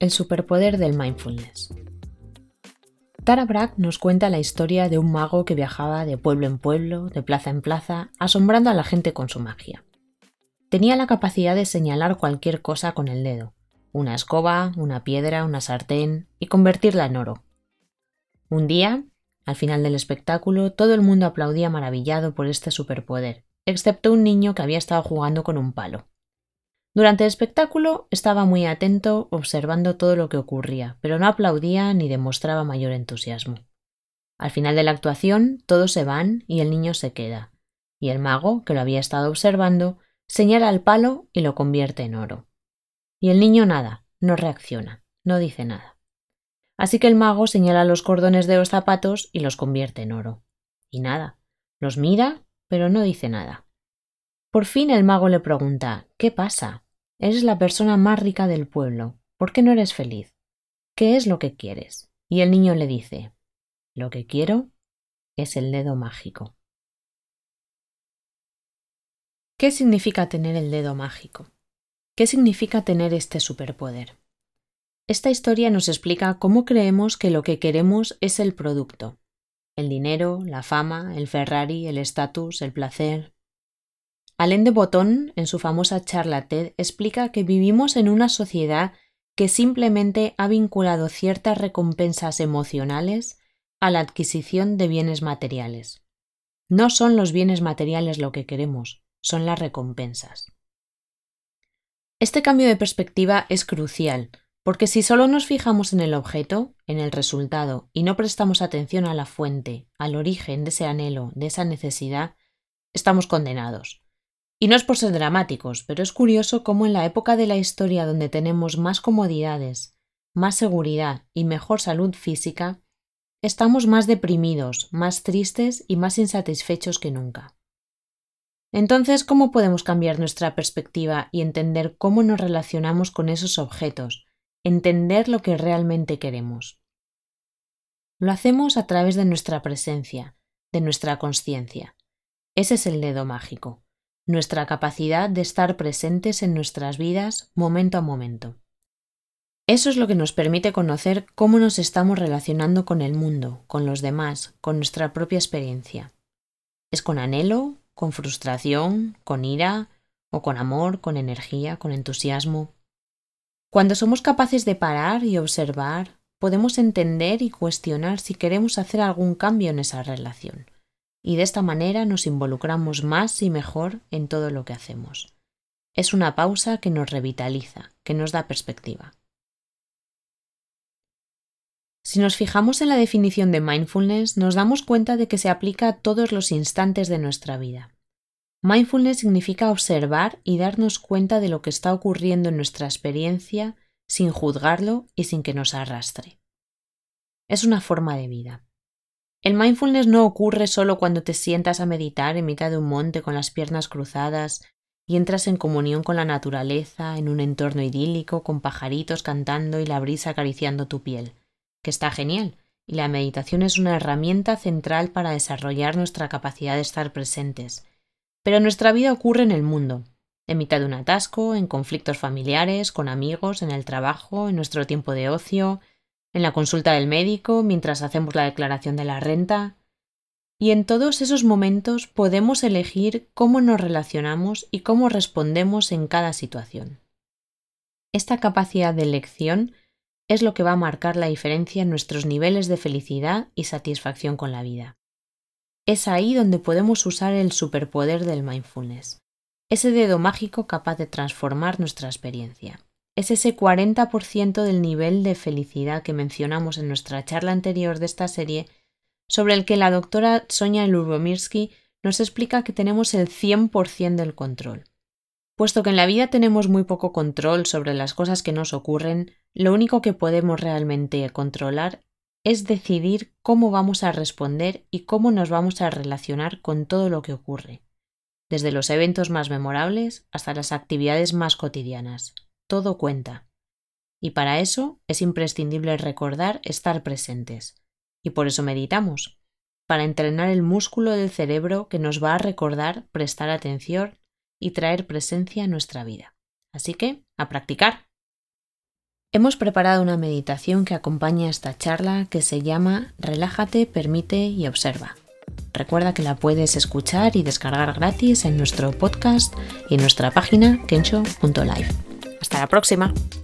El superpoder del mindfulness. Tara Brach nos cuenta la historia de un mago que viajaba de pueblo en pueblo, de plaza en plaza, asombrando a la gente con su magia. Tenía la capacidad de señalar cualquier cosa con el dedo, una escoba, una piedra, una sartén, y convertirla en oro. Un día, al final del espectáculo, todo el mundo aplaudía maravillado por este superpoder, excepto un niño que había estado jugando con un palo. Durante el espectáculo estaba muy atento observando todo lo que ocurría, pero no aplaudía ni demostraba mayor entusiasmo. Al final de la actuación, todos se van y el niño se queda, y el mago, que lo había estado observando, señala el palo y lo convierte en oro. Y el niño nada, no reacciona, no dice nada. Así que el mago señala los cordones de los zapatos y los convierte en oro. Y nada, los mira, pero no dice nada. Por fin el mago le pregunta: ¿qué pasa? Eres la persona más rica del pueblo. ¿Por qué no eres feliz? ¿Qué es lo que quieres? Y el niño le dice: lo que quiero es el dedo mágico. ¿Qué significa tener el dedo mágico? ¿Qué significa tener este superpoder? Esta historia nos explica cómo creemos que lo que queremos es el producto. El dinero, la fama, el Ferrari, el estatus, el placer. Alain de Botton, en su famosa charla TED, explica que vivimos en una sociedad que simplemente ha vinculado ciertas recompensas emocionales a la adquisición de bienes materiales. No son los bienes materiales lo que queremos, son las recompensas. Este cambio de perspectiva es crucial, porque si solo nos fijamos en el objeto, en el resultado, y no prestamos atención a la fuente, al origen de ese anhelo, de esa necesidad, estamos condenados. Y no es por ser dramáticos, pero es curioso cómo en la época de la historia donde tenemos más comodidades, más seguridad y mejor salud física, estamos más deprimidos, más tristes y más insatisfechos que nunca. Entonces, ¿cómo podemos cambiar nuestra perspectiva y entender cómo nos relacionamos con esos objetos, entender lo que realmente queremos? Lo hacemos a través de nuestra presencia, de nuestra consciencia. Ese es el dedo mágico, nuestra capacidad de estar presentes en nuestras vidas momento a momento. Eso es lo que nos permite conocer cómo nos estamos relacionando con el mundo, con los demás, con nuestra propia experiencia. ¿Es con anhelo, con frustración, con ira, o con amor, con energía, con entusiasmo? Cuando somos capaces de parar y observar, podemos entender y cuestionar si queremos hacer algún cambio en esa relación. Y de esta manera nos involucramos más y mejor en todo lo que hacemos. Es una pausa que nos revitaliza, que nos da perspectiva. Si nos fijamos en la definición de mindfulness, nos damos cuenta de que se aplica a todos los instantes de nuestra vida. Mindfulness significa observar y darnos cuenta de lo que está ocurriendo en nuestra experiencia sin juzgarlo y sin que nos arrastre. Es una forma de vida. El mindfulness no ocurre solo cuando te sientas a meditar en mitad de un monte con las piernas cruzadas y entras en comunión con la naturaleza en un entorno idílico con pajaritos cantando y la brisa acariciando tu piel, que está genial, y la meditación es una herramienta central para desarrollar nuestra capacidad de estar presentes. Pero nuestra vida ocurre en el mundo, en mitad de un atasco, en conflictos familiares, con amigos, en el trabajo, en nuestro tiempo de ocio, en la consulta del médico, mientras hacemos la declaración de la renta. Y en todos esos momentos podemos elegir cómo nos relacionamos y cómo respondemos en cada situación. Esta capacidad de elección es lo que va a marcar la diferencia en nuestros niveles de felicidad y satisfacción con la vida. Es ahí donde podemos usar el superpoder del mindfulness, ese dedo mágico capaz de transformar nuestra experiencia. Es ese 40% del nivel de felicidad que mencionamos en nuestra charla anterior de esta serie, sobre el que la doctora Sonia Lubomirsky nos explica que tenemos el 100% del control. Puesto que en la vida tenemos muy poco control sobre las cosas que nos ocurren, lo único que podemos realmente controlar es decidir cómo vamos a responder y cómo nos vamos a relacionar con todo lo que ocurre, desde los eventos más memorables hasta las actividades más cotidianas. Todo cuenta. Y para eso es imprescindible recordar estar presentes. Y por eso meditamos, para entrenar el músculo del cerebro que nos va a recordar prestar atención y traer presencia a nuestra vida. Así que, a practicar. Hemos preparado una meditación que acompaña esta charla que se llama Relájate, permite y observa. Recuerda que la puedes escuchar y descargar gratis en nuestro podcast y en nuestra página kensho.life. ¡Hasta la próxima!